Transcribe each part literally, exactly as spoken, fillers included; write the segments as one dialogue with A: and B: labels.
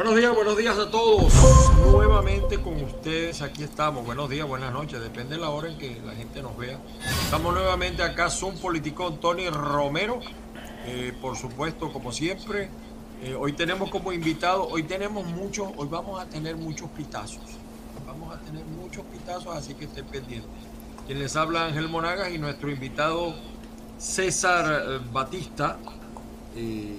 A: Buenos días, buenos días a todos. Nuevamente con ustedes, aquí estamos. Buenos días, buenas noches, depende de la hora en que la gente nos vea. Estamos nuevamente acá, Zoom Politicón, Tony Romero. Eh, por supuesto, como siempre, eh, hoy tenemos como invitado, hoy tenemos muchos, hoy vamos a tener muchos pitazos. Vamos a tener muchos pitazos, así que estén pendientes. Quien les habla, Ángel Monagas, y nuestro invitado César eh, Batista. Eh,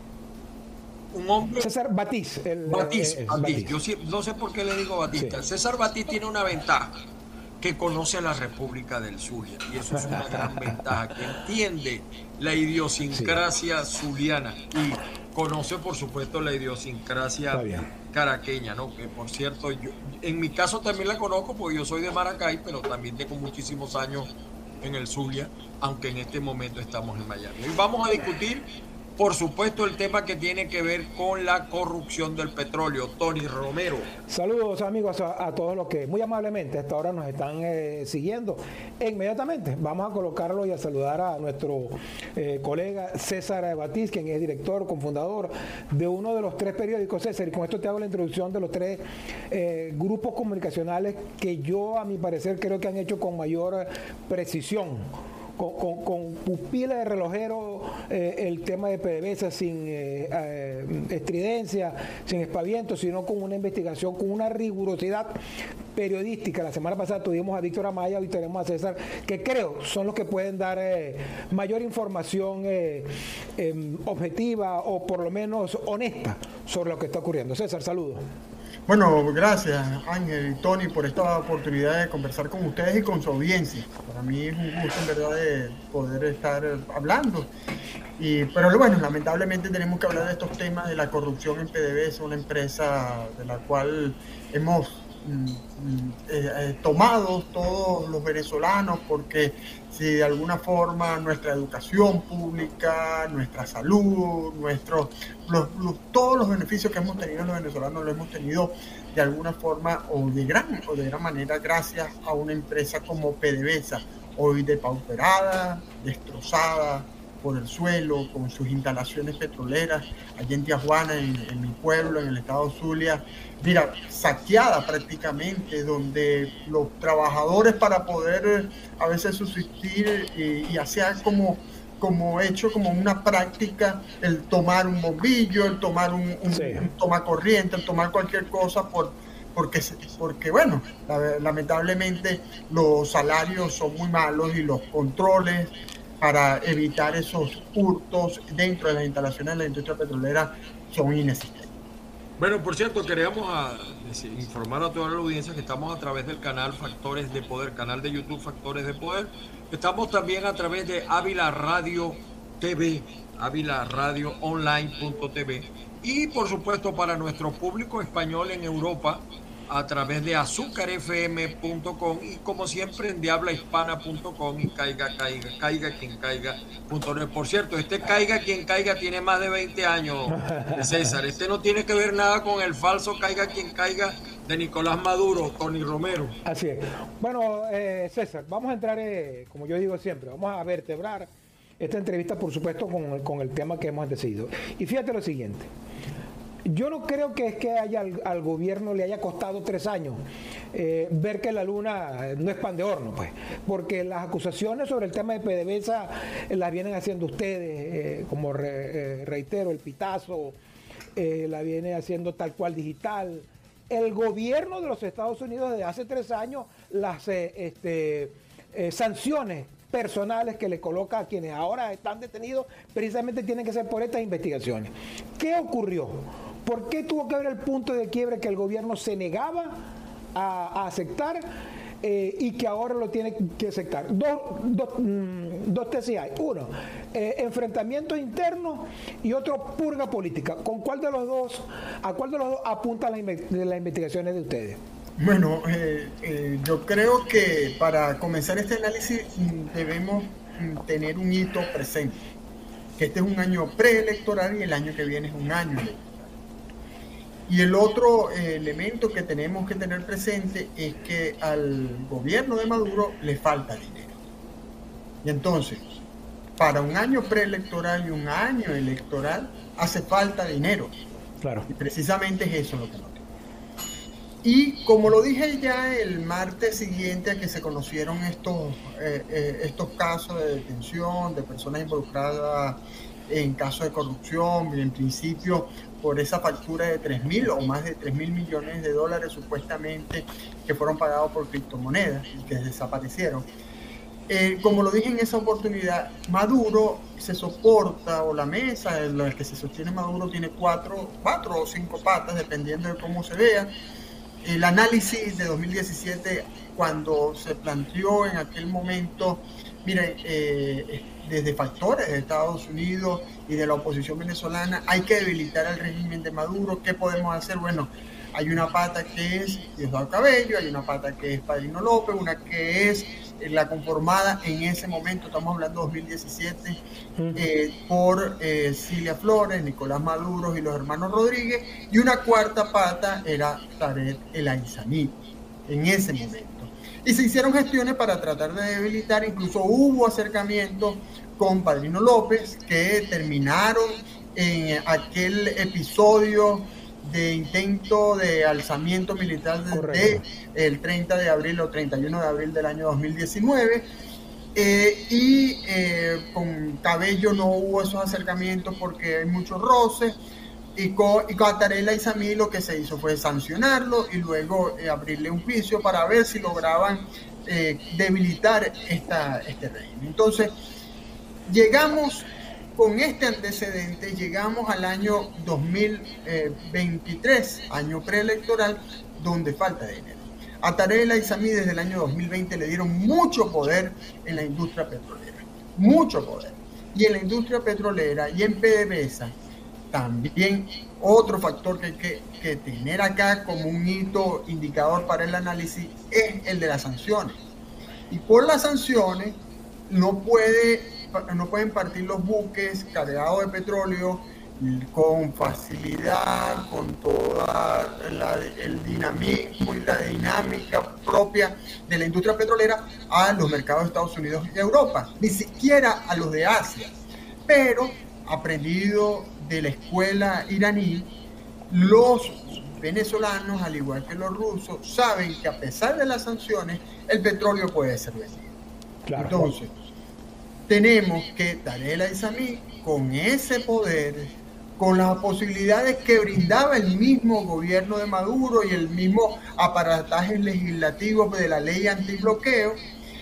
A: Un hombre.
B: César Batiz. El,
A: Batiz,
B: eh,
A: Batiz.
B: Batiz.
A: Yo sí, no sé por qué le digo Batista. Sí. César Batiz tiene una ventaja, que conoce a la República del Zulia. Y eso es una gran ventaja, que entiende la idiosincrasia sí. zuliana. Y conoce, por supuesto, la idiosincrasia caraqueña, ¿no? Que, por cierto, yo, en mi caso también la conozco, porque yo soy de Maracay, pero también tengo muchísimos años en el Zulia, aunque en este momento estamos en Miami. Hoy vamos a discutir, por supuesto, el tema que tiene que ver con la corrupción del petróleo. Tony Romero.
B: Saludos, amigos, a, a todos los que muy amablemente hasta ahora nos están eh, siguiendo. E inmediatamente vamos a colocarlo y a saludar a nuestro eh, colega César Batiz, quien es director, cofundador de uno de los tres periódicos. César, y con esto te hago la introducción de los tres eh, grupos comunicacionales que yo, a mi parecer, creo que han hecho con mayor precisión. Con, con, con pupila de relojero eh, el tema de PDVSA sin eh, eh, estridencia, sin espaviento, sino con una investigación, con una rigurosidad periodística. La semana pasada tuvimos a Víctor Amaya, hoy tenemos a César, que creo son los que pueden dar eh, mayor información eh, eh, objetiva o por lo menos honesta sobre lo que está ocurriendo. César, saludos.
C: Bueno, gracias Ángel y Tony por esta oportunidad de conversar con ustedes y con su audiencia. Para mí es un gusto en verdad de poder estar hablando. Y, pero bueno, lamentablemente tenemos que hablar de estos temas de la corrupción en PDVSA, una empresa de la cual hemos mm, eh, eh, tomado todos los venezolanos, porque si de alguna forma nuestra educación pública, nuestra salud, nuestros, los, los, todos los beneficios que hemos tenido los venezolanos los hemos tenido de alguna forma o de gran, o de gran manera gracias a una empresa como PDVSA, hoy depauperada, destrozada por el suelo, con sus instalaciones petroleras, allá en Tijuana, en, en mi pueblo, en el estado Zulia, mira, saqueada prácticamente, donde los trabajadores para poder a veces subsistir y, y hacer como, como hecho como una práctica el tomar un bombillo, el tomar un, un, sí. un toma corriente, el tomar cualquier cosa por porque, porque bueno, lamentablemente los salarios son muy malos y los controles para evitar esos hurtos dentro de las instalaciones de la industria petrolera son inexistentes.
A: Bueno, por cierto, queríamos a, informar a toda la audiencia que estamos a través del canal Factores de Poder, canal de YouTube Factores de Poder. Estamos también a través de Ávila Radio T V, Ávila Radio Online punto T V. Y por supuesto para nuestro público español en Europa, a través de azúcar f m punto com y como siempre en diabla hispana punto com y caiga, caiga, caiga quien caiga punto net. Por cierto, este caiga quien caiga tiene más de veinte años, César. Este no tiene que ver nada con el falso caiga quien caiga de Nicolás Maduro, Tony Romero.
B: Así es. Bueno, eh, César, vamos a entrar, eh, como yo digo siempre, vamos a vertebrar esta entrevista, por supuesto, con, con el tema que hemos decidido. Y fíjate lo siguiente. Yo no creo que es que haya al, al gobierno le haya costado tres años eh, ver que la luna no es pan de horno, pues, porque las acusaciones sobre el tema de PDVSA eh, las vienen haciendo ustedes, eh, como re, eh, reitero, el pitazo, eh, la viene haciendo Tal Cual Digital. El gobierno de los Estados Unidos desde hace tres años las eh, este, eh, sanciones personales que le coloca a quienes ahora están detenidos precisamente tienen que ser por estas investigaciones. ¿Qué ocurrió? ¿Por qué tuvo que haber el punto de quiebre que el gobierno se negaba a, a aceptar eh, y que ahora lo tiene que aceptar? Dos, dos, mm, dos tesis hay. Uno, eh, enfrentamiento interno y otro, purga política. ¿Con cuál de los dos, a cuál de los dos apuntan las, las investigaciones de ustedes?
C: Bueno, eh, eh, yo creo que para comenzar este análisis debemos tener un hito presente, que este es un año preelectoral y el año que viene es un año electoral. Y el otro eh, elemento que tenemos que tener presente es que al gobierno de Maduro le falta dinero. Y entonces, para un año preelectoral y un año electoral hace falta dinero.
B: Claro.
C: Y precisamente es eso lo que no tiene. Y como lo dije ya el martes siguiente a que se conocieron estos, eh, eh, estos casos de detención de personas involucradas en casos de corrupción, y en principio por esa factura de tres mil o más de tres mil millones de dólares supuestamente que fueron pagados por criptomonedas y que desaparecieron. Eh, como lo dije en esa oportunidad, Maduro se soporta, o la mesa en la que se sostiene Maduro tiene cuatro, cuatro o cinco patas, dependiendo de cómo se vea. El análisis de dos mil diecisiete, cuando se planteó en aquel momento, miren, eh, desde factores de Estados Unidos y de la oposición venezolana, hay que debilitar el régimen de Maduro. ¿Qué podemos hacer? Bueno, hay una pata que es Diosdado Cabello, hay una pata que es Padrino López, una que es la conformada en ese momento, estamos hablando de dos mil diecisiete, eh, por eh, Cilia Flores, Nicolás Maduro y los hermanos Rodríguez, y una cuarta pata era Tarek El Aizami en ese momento. Y se hicieron gestiones para tratar de debilitar, incluso hubo acercamientos con Padrino López que terminaron en aquel episodio de intento de alzamiento militar desde el treinta de abril o treinta y uno de abril del año dos mil diecinueve, eh, y eh, con Cabello no hubo esos acercamientos porque hay muchos roces, y con, y con Tarek El Aizami lo que se hizo fue sancionarlo y luego eh, abrirle un juicio para ver si lograban eh, debilitar esta, este régimen. Entonces llegamos con este antecedente, llegamos al año dos mil veintitrés, año preelectoral, donde falta dinero. A Tarek El Aizami desde el año dos mil veinte le dieron mucho poder en la industria petrolera, mucho poder. Y en la industria petrolera y en PDVSA, también otro factor que hay que, que tener acá como un hito indicador para el análisis es el de las sanciones. Y por las sanciones no puede... no pueden partir los buques cargados de petróleo con facilidad, con toda la, el dinamismo y la dinámica propia de la industria petrolera a los mercados de Estados Unidos y Europa, ni siquiera a los de Asia. Pero, aprendido de la escuela iraní, los venezolanos, al igual que los rusos, saben que a pesar de las sanciones, el petróleo puede ser vendido. Claro. Entonces, tenemos que Tarek El Aizami, con ese poder, con las posibilidades que brindaba el mismo gobierno de Maduro y el mismo aparataje legislativo de la ley antibloqueo,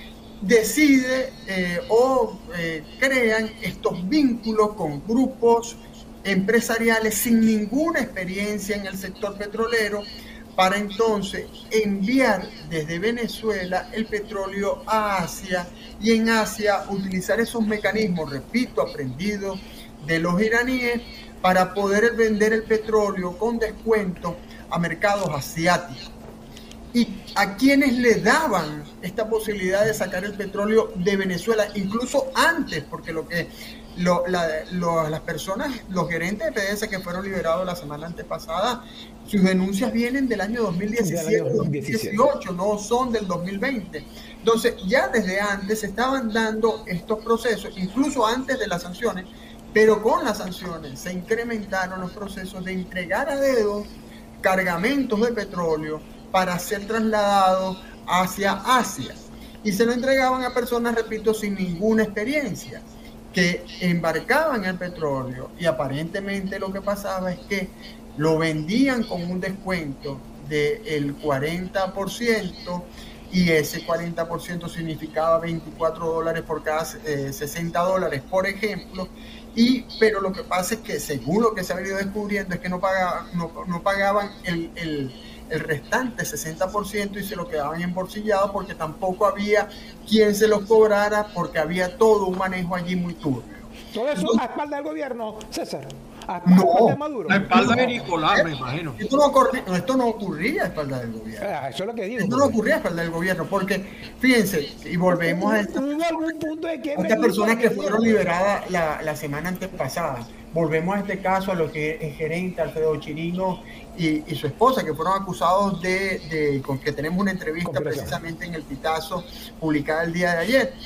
C: decide eh, o eh, crean estos vínculos con grupos empresariales sin ninguna experiencia en el sector petrolero, para entonces enviar desde Venezuela el petróleo a Asia, y en Asia utilizar esos mecanismos, repito, aprendidos de los iraníes, para poder vender el petróleo con descuento a mercados asiáticos. Y a quienes le daban esta posibilidad de sacar el petróleo de Venezuela, incluso antes, porque lo que lo, la, lo, las personas, los gerentes de P D V S A que fueron liberados la semana antepasada, sus denuncias vienen del año dos mil diecisiete, dos mil dieciocho, no son del dos mil veinte. Entonces, ya desde antes se estaban dando estos procesos, incluso antes de las sanciones, pero con las sanciones se incrementaron los procesos de entregar a dedo cargamentos de petróleo para ser trasladados hacia Asia. Y se lo entregaban a personas, repito, sin ninguna experiencia, que embarcaban el petróleo, y aparentemente lo que pasaba es que lo vendían con un descuento del cuarenta por ciento, y ese cuarenta por ciento significaba veinticuatro dólares por cada eh, sesenta dólares, por ejemplo. Y, pero lo que pasa es que, según lo que se ha venido descubriendo, es que no pagaban, no, no pagaban el, el, el restante sesenta por ciento y se lo quedaban embolsillados, porque tampoco había quien se los cobrara, porque había todo un manejo allí muy turbio.
B: Todo eso a espalda del gobierno, César. A
C: no,
B: espalda de Maduro.
A: A espalda de
B: no.
A: Nicolás, me imagino.
C: Esto no, ocurría, esto no ocurría a espalda del gobierno.
B: Ah, eso es lo que digo.
C: Esto no ocurría a espalda del gobierno, porque, fíjense, y volvemos a esta,
B: algún punto de que
C: estas personas que fueron liberadas la, la semana antepasada. Volvemos a este caso, a lo que es gerente Alfredo Chirino y, y su esposa, que fueron acusados de, de con que tenemos una entrevista precisamente en el Pitazo publicada el día de ayer.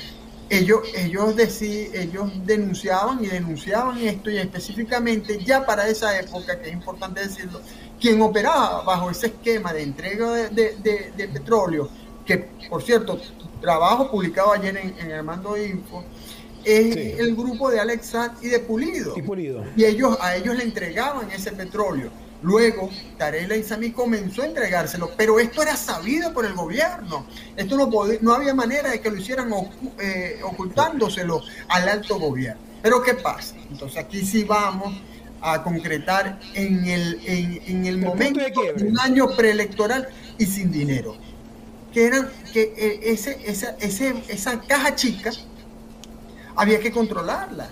C: ellos, ellos, decí, ellos denunciaban y denunciaban esto, y específicamente ya para esa época, que es importante decirlo, quien operaba bajo ese esquema de entrega de, de, de, de petróleo, que por cierto, trabajo publicado ayer en, en Armando Info, es sí. el grupo de Alex Saad y de Pulido.
B: Y Pulido.
C: Y ellos, a ellos le entregaban ese petróleo. Luego, Tarek El Aissami comenzó a entregárselo, pero esto era sabido por el gobierno. Esto no, podía, no había manera de que lo hicieran eh, ocultándoselo al alto gobierno. Pero ¿qué pasa? Entonces aquí sí vamos a concretar en el, en, en el, el momento de un año preelectoral y sin dinero. Que eran que eh, ese, esa, ese, esa caja chica había que controlarla.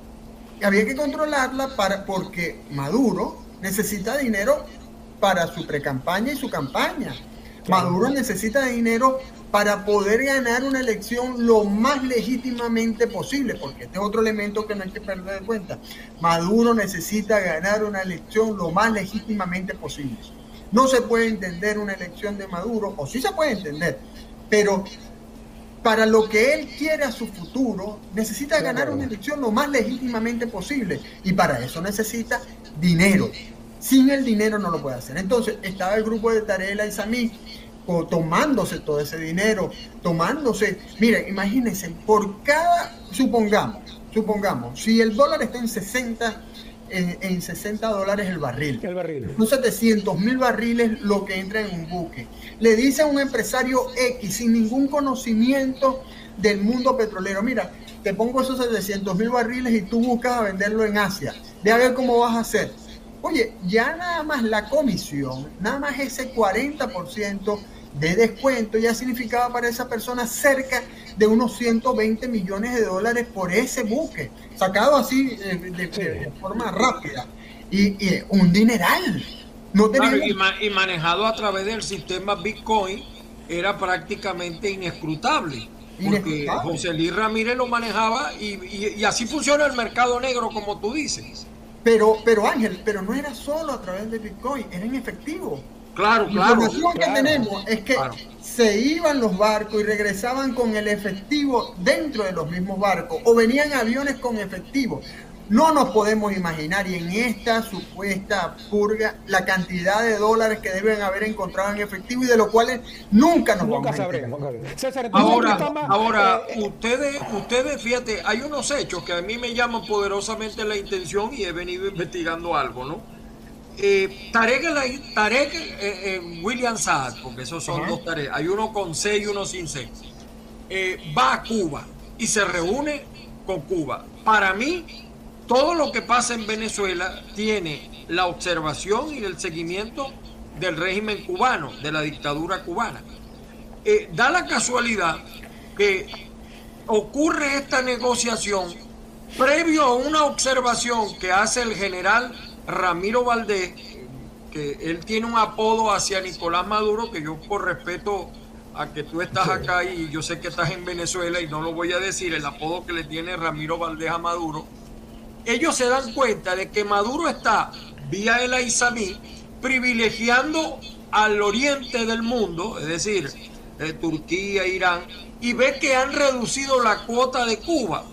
C: Había que controlarla para, porque Maduro necesita dinero para su precampaña y su campaña. Maduro necesita dinero para poder ganar una elección lo más legítimamente posible, porque este es otro elemento que no hay que perder de cuenta. Maduro necesita ganar una elección lo más legítimamente posible. No se puede entender una elección de Maduro, o sí se puede entender, pero para lo que él quiere a su futuro, necesita ganar una elección lo más legítimamente posible, y para eso necesita dinero. Sin el dinero no lo puede hacer. Entonces estaba el grupo de Tarek El Aissami tomándose todo ese dinero, tomándose, miren, imagínense, por cada, supongamos, supongamos, si el dólar está en sesenta, en, en sesenta dólares el barril,
B: el barril,
C: son setecientos mil barriles lo que entra en un buque. Le dice a un empresario X sin ningún conocimiento del mundo petrolero, mira, te pongo esos setecientos mil barriles y tú buscas a venderlo en Asia, ve a ver cómo vas a hacer. Oye, ya nada más la comisión, nada más ese cuarenta por ciento de descuento ya significaba para esa persona cerca de unos ciento veinte millones de dólares por ese buque, sacado así de, de, de, de forma rápida. Y, y un dineral. No
A: claro, y, ma y manejado a través del sistema Bitcoin era prácticamente inescrutable. Porque José Luis Ramírez lo manejaba y, y, y así funciona el mercado negro, como tú dices.
C: Pero, pero Ángel, pero no era solo a través de Bitcoin, era en efectivo.
A: Claro, claro.
C: La información
A: claro,
C: que tenemos es que claro. se iban los barcos y regresaban con el efectivo dentro de los mismos barcos, o venían aviones con efectivo. No nos podemos imaginar, y en esta supuesta purga, la cantidad de dólares que deben haber encontrado en efectivo y de los cuales nunca nos
B: nunca
C: vamos
B: sabremos.
C: a enterar.
B: César,
A: ahora, ahora eh, ustedes, ustedes, fíjate, hay unos hechos que a mí me llaman poderosamente la intención y he venido investigando algo, ¿no? Eh, Tarek, Tarek eh, eh, William Saad, porque esos son uh-huh. dos Tarek, hay uno con C y uno sin C, eh, va a Cuba y se reúne con Cuba. Para mí, todo lo que pasa en Venezuela tiene la observación y el seguimiento del régimen cubano, de la dictadura cubana. Eh, da la casualidad que ocurre esta negociación previo a una observación que hace el general Ramiro Valdés, que él tiene un apodo hacia Nicolás Maduro, que yo por respeto a que tú estás acá y yo sé que estás en Venezuela y no lo voy a decir, el apodo que le tiene Ramiro Valdés a Maduro. Ellos se dan cuenta de que Maduro está, vía el Aissami, privilegiando al oriente del mundo, es decir, eh, Turquía, Irán, y ve que han reducido la cuota de Cuba.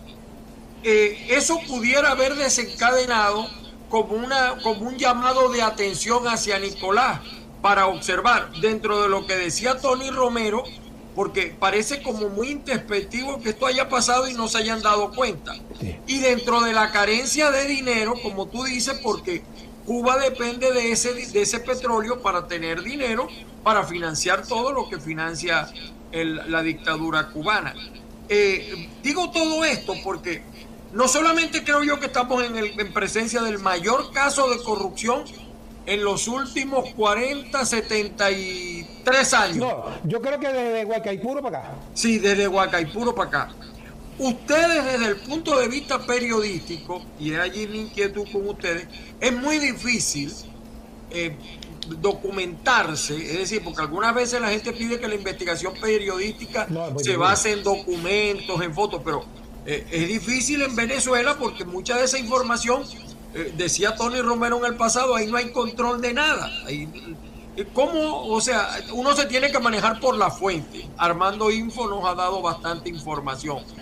A: Eh, eso pudiera haber desencadenado como, una, como un llamado de atención hacia Nicolás para observar dentro de lo que decía Tony Romero, porque parece como muy introspectivo que esto haya pasado y no se hayan dado cuenta. Sí. Y dentro de la carencia de dinero, como tú dices, porque Cuba depende de ese, de ese petróleo para tener dinero, para financiar todo lo que financia el, la dictadura cubana. Eh, digo todo esto porque no solamente creo yo que estamos en, el, en presencia del mayor caso de corrupción en los últimos cuarenta, setenta y tres años.
B: No, yo creo que desde Guacaipuro para acá.
A: Sí, desde Guacaipuro para acá. Ustedes desde el punto de vista periodístico, y es allí mi inquietud con ustedes, es muy difícil eh, documentarse, es decir, porque algunas veces la gente pide que la investigación periodística no, se base en documentos, en fotos, pero eh, es difícil en Venezuela porque mucha de esa información, eh, decía Tony Romero en el pasado, ahí no hay control de nada. Ahí, ¿cómo? O sea, uno se tiene que manejar por la fuente. Armando Info nos ha dado bastante información.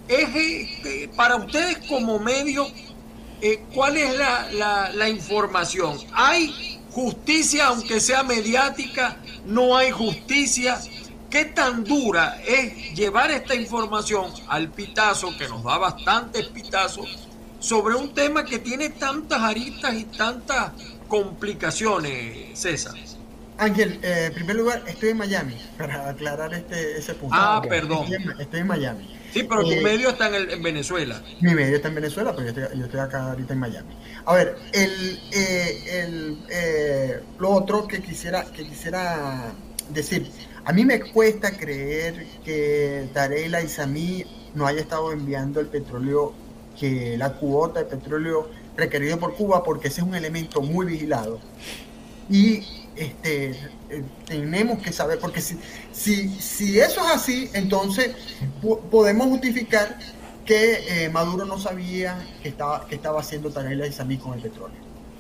A: es eh, para ustedes como medio, eh, ¿cuál es la, la, la información? ¿Hay justicia, aunque sea mediática? ¿No hay justicia? ¿Qué tan dura es llevar esta información al pitazo, que nos da bastantes pitazos, sobre un tema que tiene tantas aristas y tantas complicaciones, César?
C: Ángel, eh, en primer lugar, estoy en Miami, para aclarar este, ese punto.
A: Ah,
C: okay.
A: perdón.
C: Estoy en, estoy en Miami.
A: Sí, pero
C: eh,
A: tu medio está en, el, en Venezuela.
C: Mi medio está en Venezuela, pero yo estoy, yo estoy acá ahorita en Miami. A ver, el, eh, el, eh, lo otro que quisiera, que quisiera decir, a mí me cuesta creer que Tarek El Aissami no haya estado enviando el petróleo, que la cuota de petróleo requerido por Cuba, porque ese es un elemento muy vigilado. Y este, eh, tenemos que saber, porque si, si, si eso es así, entonces po- podemos justificar que eh, Maduro no sabía que estaba, que estaba haciendo Tarek El Aissami con el petróleo.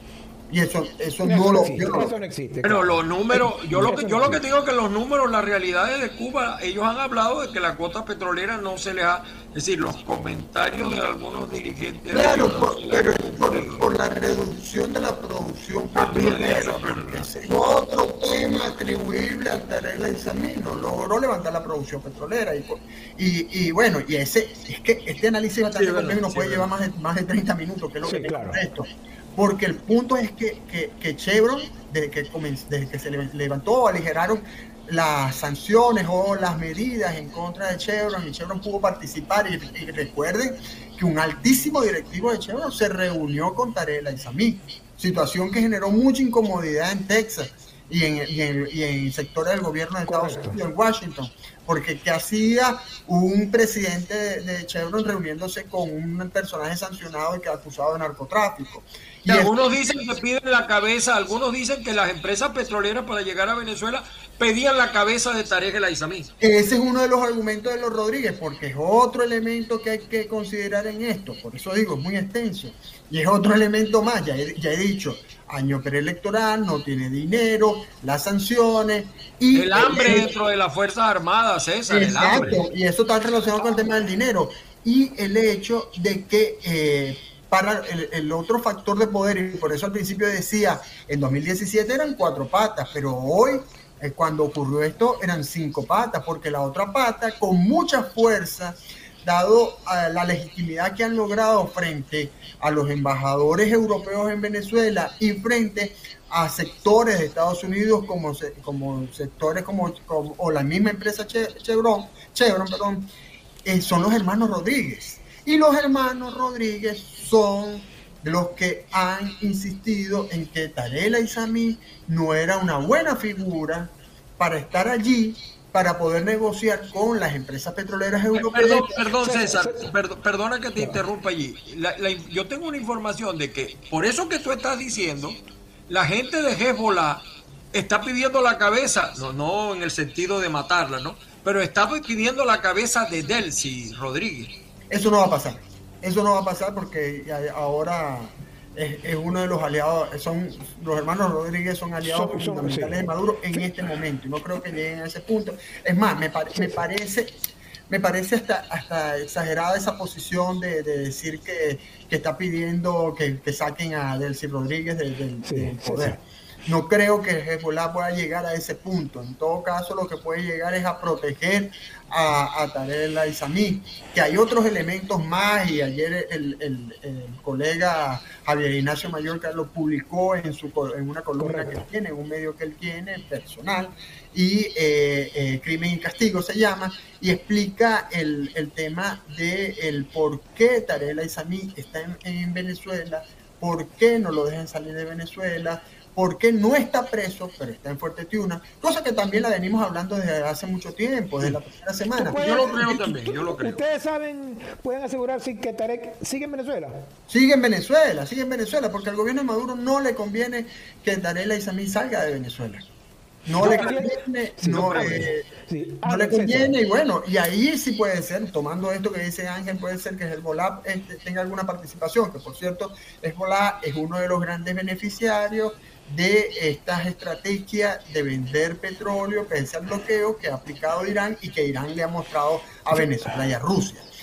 C: Y eso, eso no, no lo
B: existe,
C: yo
B: eso no existe.
A: Pero
B: claro.
A: los números, yo lo que
B: Eso
A: yo
B: no
A: lo que te digo es que los números, las realidades de Cuba, ellos han hablado de que la cuota petrolera no se les ha, es decir, los comentarios de algunos dirigentes.
C: Claro,
A: de
C: por, pero por, por la reducción de la producción petrolera, porque ese es otro tema atribuible a Tarek El Aissami, no logró levantar la producción petrolera. Y, y, y bueno, y ese es que este análisis bastante
A: sí,
C: complejo, nos
A: sí,
C: puede
A: bueno.
C: llevar más de, más de treinta minutos, que es lo
B: Sí,
C: que
B: claro.
C: tengo esto. Porque el punto es que, que, que Chevron, desde que, comenzó, desde que se levantó, aligeraron las sanciones o las medidas en contra de Chevron, y Chevron pudo participar. Y, y recuerden que un altísimo directivo de Chevron se reunió con Tarek El Aissami, situación que generó mucha incomodidad en Texas y en, y en, y en sectores del gobierno de Estados
B: Correcto.
C: Unidos, en Washington. Porque ¿qué hacía un presidente de, de Chevron reuniéndose con un personaje sancionado y que acusado de narcotráfico?
A: Y algunos dicen que piden la cabeza, algunos dicen que las empresas petroleras para llegar a Venezuela pedían la cabeza de Tarek El Aissami.
C: Ese es uno de los argumentos de los Rodríguez, porque es otro elemento que hay que considerar en esto. Por eso digo, es muy extenso. Y es otro elemento más, ya he, ya he dicho, año preelectoral, no tiene dinero, las sanciones y
A: el hambre
C: el,
A: dentro de las Fuerzas Armadas, César,
C: exacto,
A: el hambre.
C: Y eso está relacionado con el tema del dinero y el hecho de que eh, para el, el otro factor de poder, y por eso al principio decía, en dos mil diecisiete eran cuatro patas, pero hoy, eh, cuando ocurrió esto, eran cinco patas, porque la otra pata, con mucha fuerza, dado a la legitimidad que han logrado frente a los embajadores europeos en Venezuela y frente a sectores de Estados Unidos como, como sectores como, como o la misma empresa Chevron, Chevron perdón, eh, son los hermanos Rodríguez. Y los hermanos Rodríguez son los que han insistido en que Tarek El Aissami no era una buena figura para estar allí, para poder negociar con las empresas petroleras europeas.
A: Perdón, perdón César, perdón, perdona que te interrumpa allí. La, la, yo tengo una información de que, por eso que tú estás diciendo, la gente de Hezbollah está pidiendo la cabeza, no, no en el sentido de matarla, ¿no? Pero está pidiendo la cabeza de Delcy Rodríguez.
C: Eso no va a pasar. Eso no va a pasar porque ahora es, es uno de los aliados, son los hermanos Rodríguez son aliados son, fundamentales son, sí. de Maduro en este momento. Y no creo que lleguen a ese punto. Es más, me, pare, me parece... Me parece hasta, hasta exagerada esa posición de, de decir que, que está pidiendo que, que saquen a Delcy Rodríguez del, del, sí, del poder. Sí, sí. No creo que Hezbollah pueda llegar a ese punto. En todo caso, lo que puede llegar es a proteger a, a Tarek El Aissami, que hay otros elementos más, y ayer el, el, el colega Javier Ignacio Mallorca lo publicó en, su, en una columna Correcto. que él tiene, en un medio que él tiene, personal, y eh, eh, Crimen y Castigo se llama, y explica el, el tema de el por qué Tarek El Aissami está en, en Venezuela, por qué no lo dejan salir de Venezuela, por qué no está preso, pero está en Fuerte Tiuna, cosa que también la venimos hablando desde hace mucho tiempo, desde la primera semana.
A: Puedes, yo lo creo también, yo lo creo.
B: ¿Ustedes saben, pueden asegurar que Tarek sigue en Venezuela?
C: Sigue en Venezuela, sigue en Venezuela, porque al gobierno de Maduro no le conviene que Tarek El Aissami salga de Venezuela. No, no le conviene, sí, no, no, eh, sí. ah, no le conviene, y bueno, y ahí sí puede ser, tomando esto que dice Ángel, puede ser que Hezbollah este, tenga alguna participación, que por cierto, Hezbollah es uno de los grandes beneficiarios de estas estrategias de vender petróleo, pese al bloqueo que ha aplicado Irán y que Irán le ha mostrado a Venezuela y a Rusia.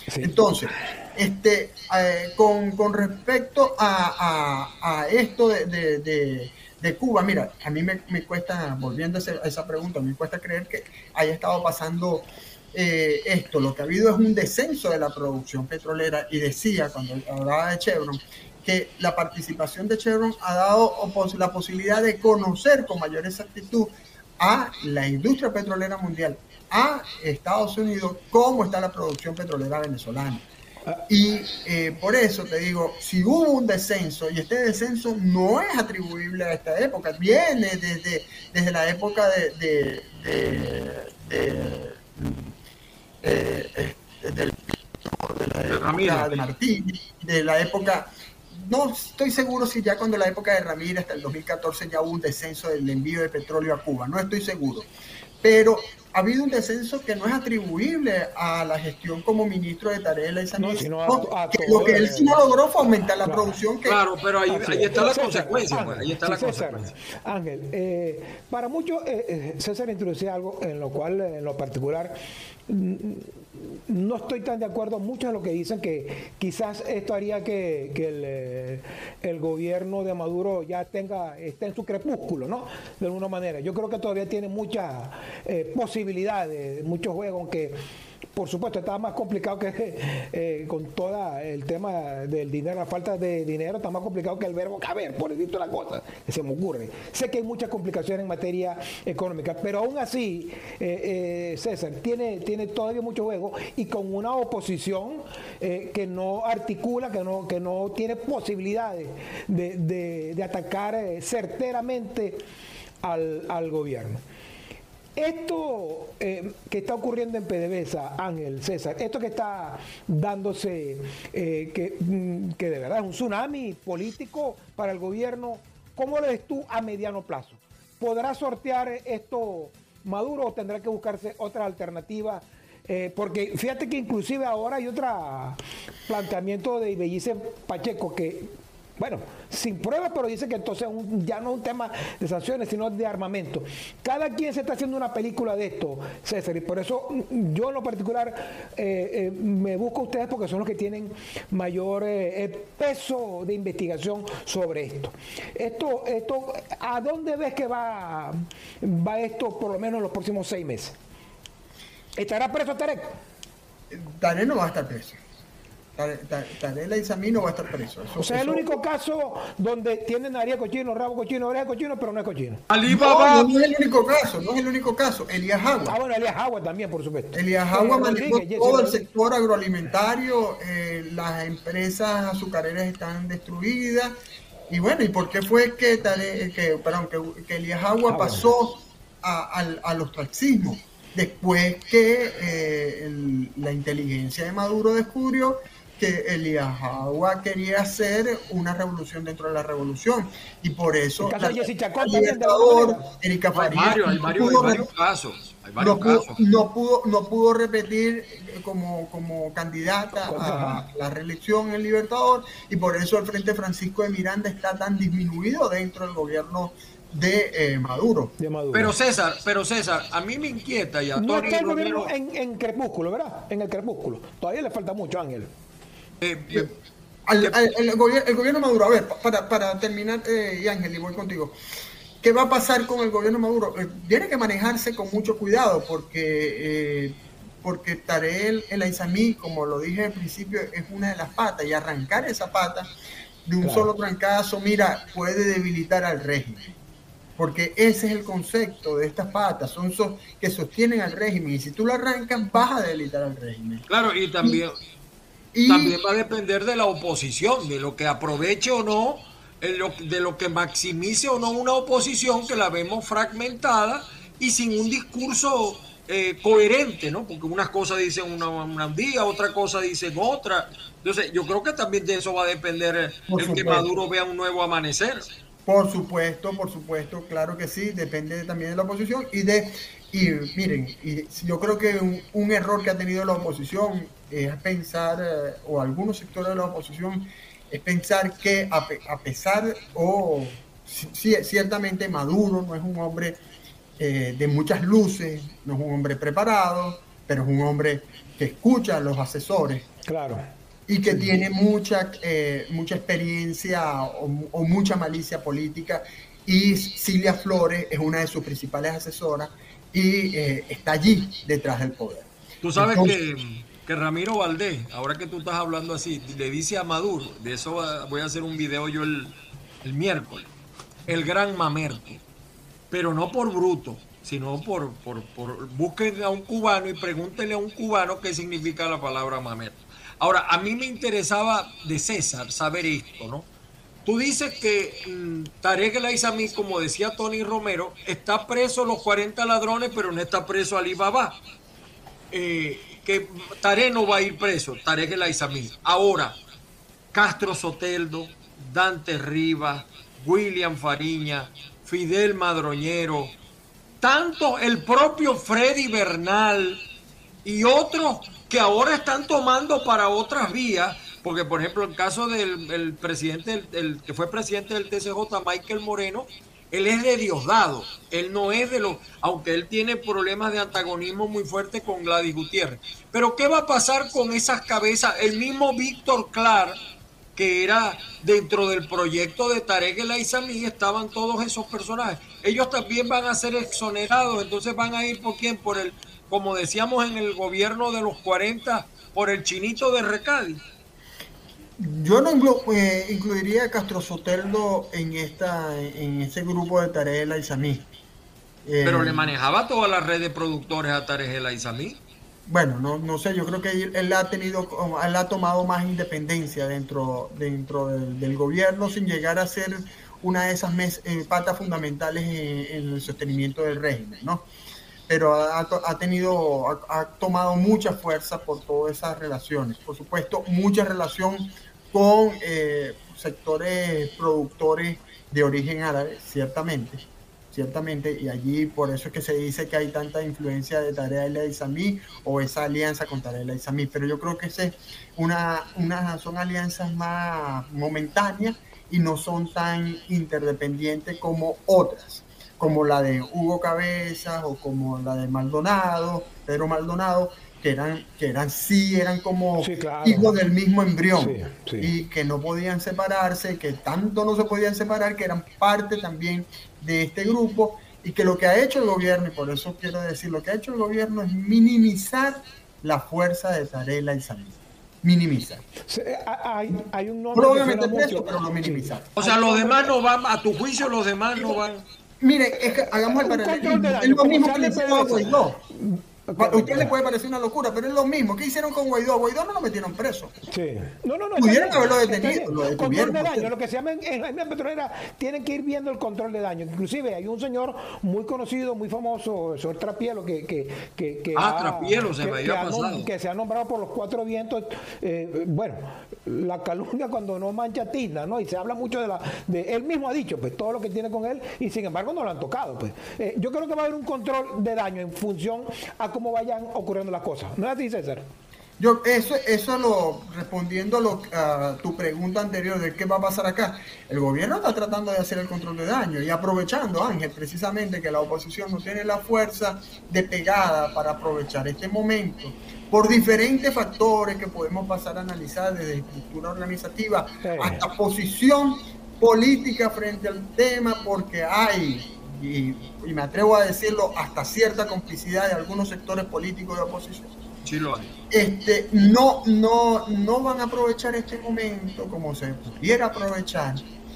C: Sí. Entonces, este, eh, con, con respecto a, a, a esto de, de, de, de Cuba, mira, a mí me, me cuesta, volviendo a, ese, a esa pregunta, me cuesta creer que haya estado pasando eh, esto. Lo que ha habido es un descenso de la producción petrolera, y decía, cuando hablaba de Chevron, que la participación de Chevron ha dado la posibilidad de conocer con mayor exactitud a la industria petrolera mundial, a Estados Unidos, cómo está la producción petrolera venezolana. Y eh, por eso te digo, si hubo un descenso, y este descenso no es atribuible a esta época, viene desde, desde la época de, de, de, de, de, de, del, de la época de Martí, de la época, no estoy seguro si ya cuando la época de Ramírez hasta el dos mil catorce ya hubo un descenso del envío de petróleo a Cuba, no estoy seguro, pero ha habido un descenso que no es atribuible a la gestión como ministro de Tareas de la Isamí, no, sino a, a que lo que él sí no logró fue aumentar la claro. producción. Que,
A: claro, pero ahí, ahí está la consecuencia. Ángel, ahí está sí, la
B: César,
A: consecuencia.
B: Ángel, eh, para muchos, eh, César introducía algo en lo cual, en lo particular, no estoy tan de acuerdo mucho en lo que dicen, que quizás esto haría que, que el, el gobierno de Maduro ya tenga, esté en su crepúsculo, ¿no? De alguna manera. Yo creo que todavía tiene muchas eh, posibilidades, muchos juegos, aunque por supuesto está más complicado que eh, con todo el tema del dinero, la falta de dinero, está más complicado que el verbo caber, por decirte una cosa que se me ocurre. Sé que hay muchas complicaciones en materia económica, pero aún así, eh, eh, César, tiene, tiene todavía mucho juego, y con una oposición eh, que no articula, que no, que no tiene posibilidades de, de, de atacar eh, certeramente al, al gobierno. Esto eh, que está ocurriendo en PDVSA, Ángel, César, esto que está dándose, eh, que, que de verdad es un tsunami político para el gobierno, ¿cómo lo ves tú a mediano plazo? ¿Podrá sortear esto Maduro o tendrá que buscarse otra alternativa? Eh, porque fíjate que inclusive ahora hay otro planteamiento de Ibellice Pacheco que, bueno, sin pruebas, pero dice que entonces un, ya no es un tema de sanciones, sino de armamento. Cada quien se está haciendo una película de esto, César, y por eso yo en lo particular eh, eh, me busco a ustedes porque son los que tienen mayor eh, peso de investigación sobre esto. Esto, esto, ¿a dónde ves que va, va esto por lo menos en los próximos seis meses? ¿Estará preso Tarek?
C: Tarek no va a estar preso. Tarek el Isamí no va a estar preso. Eso,
B: o sea,
C: eso,
B: el único caso donde tienen nariz cochino, rabo cochino, oreja cochino, pero no es cochino.
C: No, no es el único caso, no es el único caso. Elías Agua.
B: Ah, bueno, Elías Agua también, por supuesto.
C: Elías Agua manejó todo el sector agroalimentario, eh, las empresas azucareras están destruidas. Y bueno, ¿y por qué fue que, que, perdón, que, que Elías Agua ah, pasó bueno. a, a, a los taxismos? Después que eh, el, la inteligencia de Maduro descubrió que Elías Agua quería hacer una revolución dentro de la revolución, y por eso
B: el caso de Jessy Chacón,
C: Libertador, Erika Farías,
A: hay varios, hay varios, hay varios casos, hay varios
C: no,
A: casos.
C: Pudo, no pudo no pudo repetir como, como candidata a la reelección en el Libertador, y por eso el Frente Francisco de Miranda está tan disminuido dentro del gobierno de, eh, Maduro.
B: de Maduro.
A: Pero César, pero César, a mí me inquieta y a
B: no
A: Tony
B: está el
A: Romero,
B: gobierno en, en crepúsculo, ¿verdad? En el crepúsculo. Todavía le falta mucho, Ángel.
A: Eh, eh,
C: al, al, el, gobierno, el gobierno Maduro, a ver, para, para terminar, eh, y Ángel, y voy contigo, ¿qué va a pasar con el gobierno Maduro? Eh, tiene que manejarse con mucho cuidado, porque eh, porque Tarek el Isamí, como lo dije al principio, es una de las patas, y arrancar esa pata de un claro. solo trancazo, mira, puede debilitar al régimen, porque ese es el concepto de estas patas, son so, que sostienen al régimen, y si tú lo arrancas vas a debilitar al régimen.
A: Claro, y también...
C: Y,
A: También va a depender de la oposición, de lo que aproveche o no, de lo que maximice o no una oposición que la vemos fragmentada y sin un discurso eh, coherente, ¿no? Porque unas cosas dicen una, una un día, otra cosa dicen otra. Entonces, yo creo que también de eso va a depender el supuesto. que Maduro vea un nuevo amanecer.
C: Por supuesto, por supuesto, claro que sí, depende también de la oposición y de... Y miren, y yo creo que un, un error que ha tenido la oposición es pensar, eh, o algunos sectores de la oposición, es pensar que a, a pesar, o sí, ciertamente Maduro no es un hombre eh, de muchas luces, no es un hombre preparado, pero es un hombre que escucha a los asesores.
B: Claro.
C: Y que tiene mucha, eh, mucha experiencia o, o mucha malicia política. Y Cilia Flores es una de sus principales asesoras y eh, está allí detrás del poder.
A: Tú sabes Entonces, que, que Ramiro Valdés, ahora que tú estás hablando así, le dice a Maduro, de eso voy a hacer un video yo el, el miércoles, el gran mamerto, pero no por bruto, sino por, por, por busquen a un cubano y pregúntenle a un cubano qué significa la palabra mamerto. Ahora, a mí me interesaba de César saber esto, ¿no? Tú dices que mmm, Tarek El Aizami, como decía Tony Romero, está preso los cuarenta ladrones, pero no está preso Ali Baba. Eh, que Tarek no va a ir preso, Tarek El Aizami. Ahora, Castro Soteldo, Dante Rivas, William Fariña, Fidel Madroñero, tanto el propio Freddy Bernal y otros que ahora están tomando para otras vías, porque por ejemplo el caso del el presidente, el, el que fue presidente del T C J, Michael Moreno, él es de Diosdado, él no es de los, aunque él tiene problemas de antagonismo muy fuerte con Gladys Gutiérrez. Pero ¿qué va a pasar con esas cabezas? El mismo Víctor Clark, que era dentro del proyecto de Tarek El Aizami, estaban todos esos personajes. Ellos también van a ser exonerados, entonces van a ir por quién, por el, como decíamos en el gobierno de los cuarenta, por el chinito de Recadi.
C: Yo no inclu eh, incluiría a Castro Soteldo en esta en ese grupo de Tarek El Aizami.
A: Eh, Pero le manejaba toda la red de productores a Tarek El Aizami.
C: Bueno, no, no sé, yo creo que él, él ha tenido, él ha tomado más independencia dentro, dentro del, del gobierno sin llegar a ser una de esas mes, eh, patas fundamentales en, en el sostenimiento del régimen, ¿no? Pero ha, ha tenido, ha, ha tomado mucha fuerza por todas esas relaciones. Por supuesto, mucha relación con eh, sectores productores de origen árabe, ciertamente. Ciertamente, y allí por eso es que se dice que hay tanta influencia de Tarek El Aizami o esa alianza con Tarek El Aizami, pero yo creo que ese una, una, son alianzas más momentáneas y no son tan interdependientes como otras, como la de Hugo Cabezas o como la de Maldonado, Pedro Maldonado, que eran, que eran sí, eran como sí, claro. hijos del mismo embrión, sí, sí. Y que no podían separarse, que tanto no se podían separar, que eran parte también de este grupo, y que lo que ha hecho el gobierno, y por eso quiero decir, lo que ha hecho el gobierno es minimizar la fuerza de Tarek El Aizami. Minimizar.
B: Sí, hay, hay un nombre
C: probablemente preso, pero lo minimizar.
A: O sea, los demás no van, a tu juicio los demás no van.
C: Mire, es que hagamos el paralelismo. Es lo mismo que le hizo a Guaidó. A usted le puede parecer una locura, pero es lo mismo. ¿Qué hicieron con Guaidó? Guaidó no lo metieron preso.
B: Sí. No, no, no.
C: Pudieron haberlo detenido. Lo detuvieron.
B: Control de daño, lo que se llama en la petrolera, tienen que ir viendo el control de daño. Inclusive hay un señor muy conocido, muy famoso, el señor Trapielo, que... que, que, que
A: ah, ha, Trapielo, se
B: que,
A: me había
B: que
A: pasado.
B: Ha, que se ha nombrado por los cuatro vientos. Eh, bueno, la calumnia cuando no mancha tizna, ¿no? Y se habla mucho de la... de él mismo ha dicho, pues, todo lo que tiene con él, y sin embargo no lo han tocado, pues. Eh, yo creo que va a haber un control de daño en función a cómo vayan ocurriendo las cosas. ¿No es así, César?
C: Yo, eso, eso lo, respondiendo a, lo, a tu pregunta anterior de qué va a pasar acá, el gobierno está tratando de hacer el control de daño y aprovechando, Ángel, precisamente que la oposición no tiene la fuerza de pegada para aprovechar este momento, por diferentes factores que podemos pasar a analizar desde estructura organizativa sí. hasta posición política frente al tema, porque hay, y, y me atrevo a decirlo, hasta cierta complicidad de algunos sectores políticos de oposición.
A: Sí lo hay.
C: Este, no, no, no van a aprovechar este momento como se pudiera aprovechar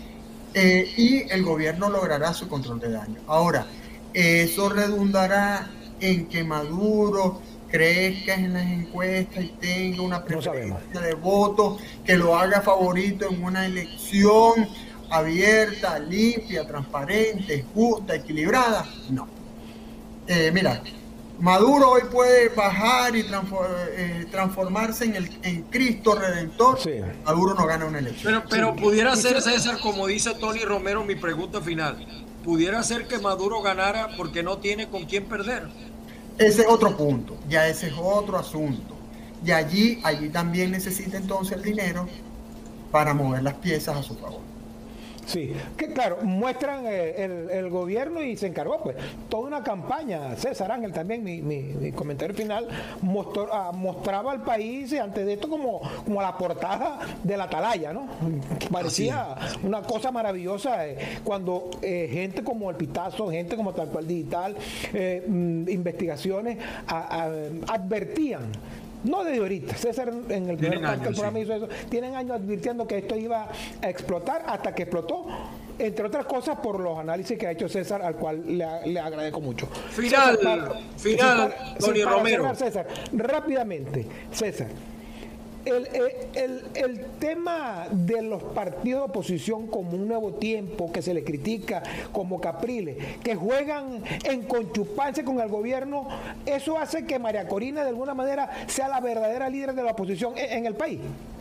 C: eh, y el gobierno logrará su control de daño. Ahora, eso redundará en que Maduro crezca en las encuestas y tenga una preferencia no de voto que lo haga favorito en una elección abierta, limpia, transparente, justa, equilibrada. No. Eh, mira, Maduro hoy puede bajar y transform, eh, transformarse en el en Cristo Redentor. Sí. Maduro no gana una elección.
A: Pero, pero sí. pudiera ser, César, como dice Tony Romero, mi pregunta final. Pudiera ser que Maduro ganara porque no tiene con quién perder.
C: Ese es otro punto. Ya ese es otro asunto. Y allí, allí también necesita entonces el dinero para mover las piezas a su favor.
B: Sí, que claro, muestran eh, el, el gobierno y se encargó pues toda una campaña. César Ángel también, mi, mi, mi comentario final, mostró, ah, mostraba al país eh, antes de esto como, como la portada de la atalaya, ¿no? Parecía una cosa maravillosa eh, cuando eh, gente como el Pitazo, gente como Tal Cual Digital, eh, mm, investigaciones a, a, advertían. No desde ahorita, César en el primer parte del programa hizo eso, tienen años advirtiendo que esto iba a explotar hasta que explotó, entre otras cosas por los análisis que ha hecho César, al cual le, le agradezco mucho.
A: Final,
B: César, para,
A: final, Tony Romero.
B: Cerrar, César, rápidamente, César. El, el, el tema de los partidos de oposición como un Nuevo Tiempo, que se le critica como Capriles, que juegan en conchuparse con el gobierno, ¿eso hace que María Corina de alguna manera sea la verdadera líder de la oposición en, en el país?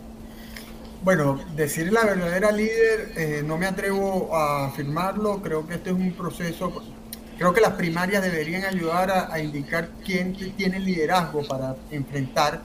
C: Bueno, decir la verdadera líder, eh, no me atrevo a afirmarlo, creo que este es un proceso, creo que las primarias deberían ayudar a, a indicar quién tiene liderazgo para enfrentar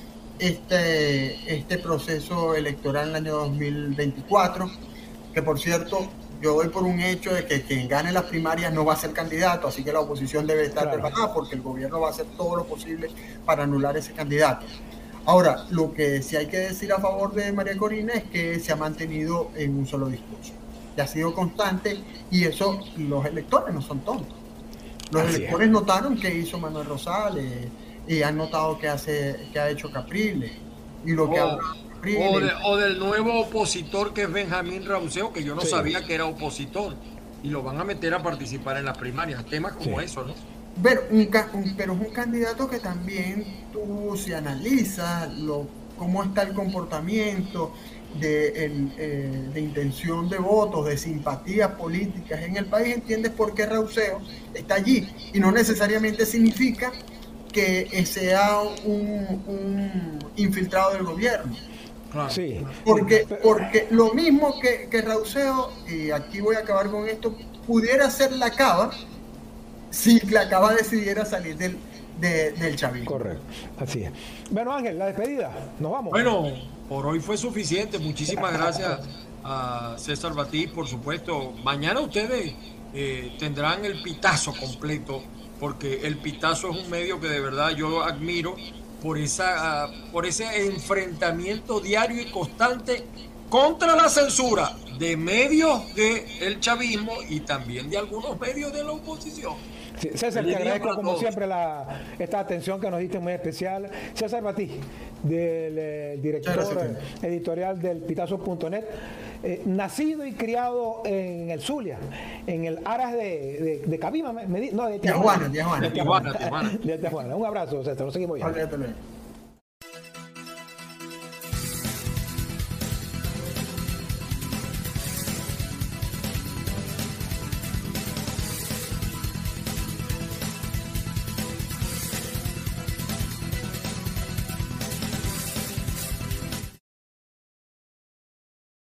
C: Este, este proceso electoral en el año dos mil veinticuatro, que por cierto, yo doy por un hecho de que quien gane las primarias no va a ser candidato, así que la oposición debe estar claro. preparada porque el gobierno va a hacer todo lo posible para anular ese candidato. Ahora, lo que sí hay que decir a favor de María Corina es que se ha mantenido en un solo discurso, que ha sido constante, y eso los electores no son tontos. Los así electores es. notaron que hizo Manuel Rosales, y han notado que hace que ha hecho Capriles y lo que
A: oh,
C: ha Capriles.
A: O, de, o del nuevo opositor que es Benjamín Rauseo, que yo no sí. sabía que era opositor, y lo van a meter a participar en las primarias, temas como sí. eso, ¿no?
C: Pero, un, un, pero es un candidato que también tú, si analizas lo, cómo está el comportamiento de, el, eh, de intención de votos, de simpatías políticas en el país, entiendes por qué Rauseo está allí, y no necesariamente significa que sea un, un infiltrado del gobierno.
B: Claro. Sí.
C: Porque, porque lo mismo que, que Rauseo, y aquí voy a acabar con esto, pudiera ser la Cava si la Cava decidiera salir del, de, del chavismo.
B: Correcto, así es. Bueno, Ángel, la despedida, nos vamos.
A: Bueno, por hoy fue suficiente. Muchísimas gracias a César Batiz, por supuesto. Mañana ustedes eh, tendrán el pitazo completo, porque el Pitazo es un medio que de verdad yo admiro por esa uh, por ese enfrentamiento diario y constante contra la censura de medios del chavismo y también de algunos medios de la oposición.
B: Sí, César, te agradezco como siempre la, esta atención que nos diste muy especial. César Batiz, del eh, director gracias, editorial del pitazo punto net, eh, nacido y criado en el Zulia, en el Aras de, de, de Cabima, me, me, no, de Tijuana.
C: Tijuana, Tijuana.
B: De Tijuana, Tijuana. De Tijuana. Un abrazo, César, lo seguimos ya.